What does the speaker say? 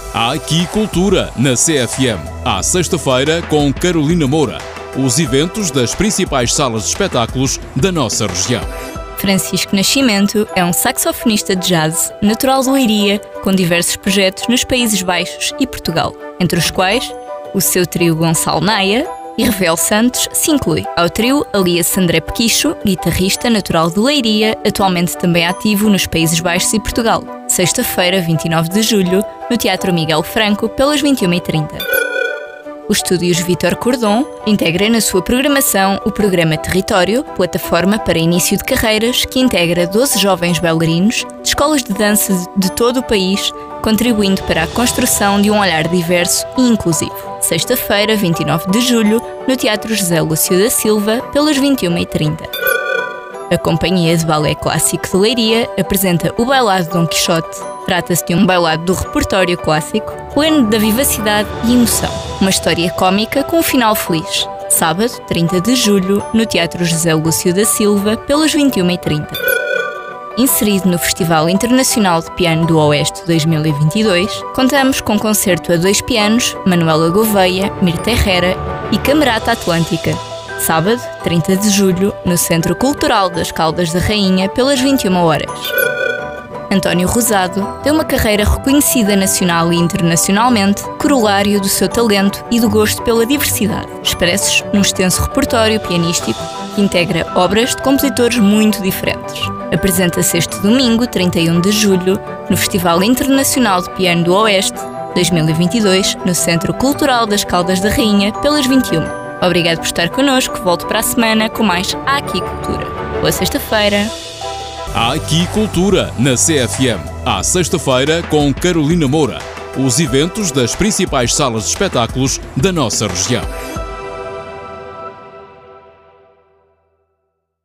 Há aqui cultura na CFM. À sexta-feira com Carolina Moura. Os eventos das principais salas de espetáculos da nossa região. Francisco Nascimento é um saxofonista de jazz, natural de Leiria, com diversos projetos nos Países Baixos e Portugal, entre os quais o seu trio Gonçalo Naia e Revel Santos se inclui. Ao trio alia-se André Pequicho, guitarrista natural de Leiria, atualmente também ativo nos Países Baixos e Portugal. Sexta-feira, 29 de julho, no Teatro Miguel Franco, pelas 21h30. Os Estúdios Vítor Cordon integra na sua programação o programa Território, plataforma para início de carreiras que integra 12 jovens bailarinos de escolas de dança de todo o país, contribuindo para a construção de um olhar diverso e inclusivo. Sexta-feira, 29 de julho, no Teatro José Lúcio da Silva, pelas 21h30. A Companhia de Balé Clássico de Leiria apresenta o Bailado Dom Quixote. Trata-se de um bailado do repertório clássico, pleno da vivacidade e emoção. Uma história cómica com um final feliz. Sábado, 30 de julho, no Teatro José Lúcio da Silva, pelas 21h30. Inserido no Festival Internacional de Piano do Oeste 2022, contamos com concerto a 2 pianos, Manuela Gouveia, Mirta Herrera e Camerata Atlântica. Sábado, 30 de julho, no Centro Cultural das Caldas da Rainha, pelas 21h. António Rosado tem uma carreira reconhecida nacional e internacionalmente, corolário do seu talento e do gosto pela diversidade, expressos num extenso repertório pianístico que integra obras de compositores muito diferentes. Apresenta-se este domingo, 31 de julho, no Festival Internacional de Piano do Oeste 2022, no Centro Cultural das Caldas da Rainha, pelas 21h. Obrigado por estar connosco. Volto para a semana com mais Há Aqui Cultura. Boa sexta-feira. Há aqui cultura na CFM. À sexta-feira com Carolina Moura. Os eventos das principais salas de espetáculos da nossa região.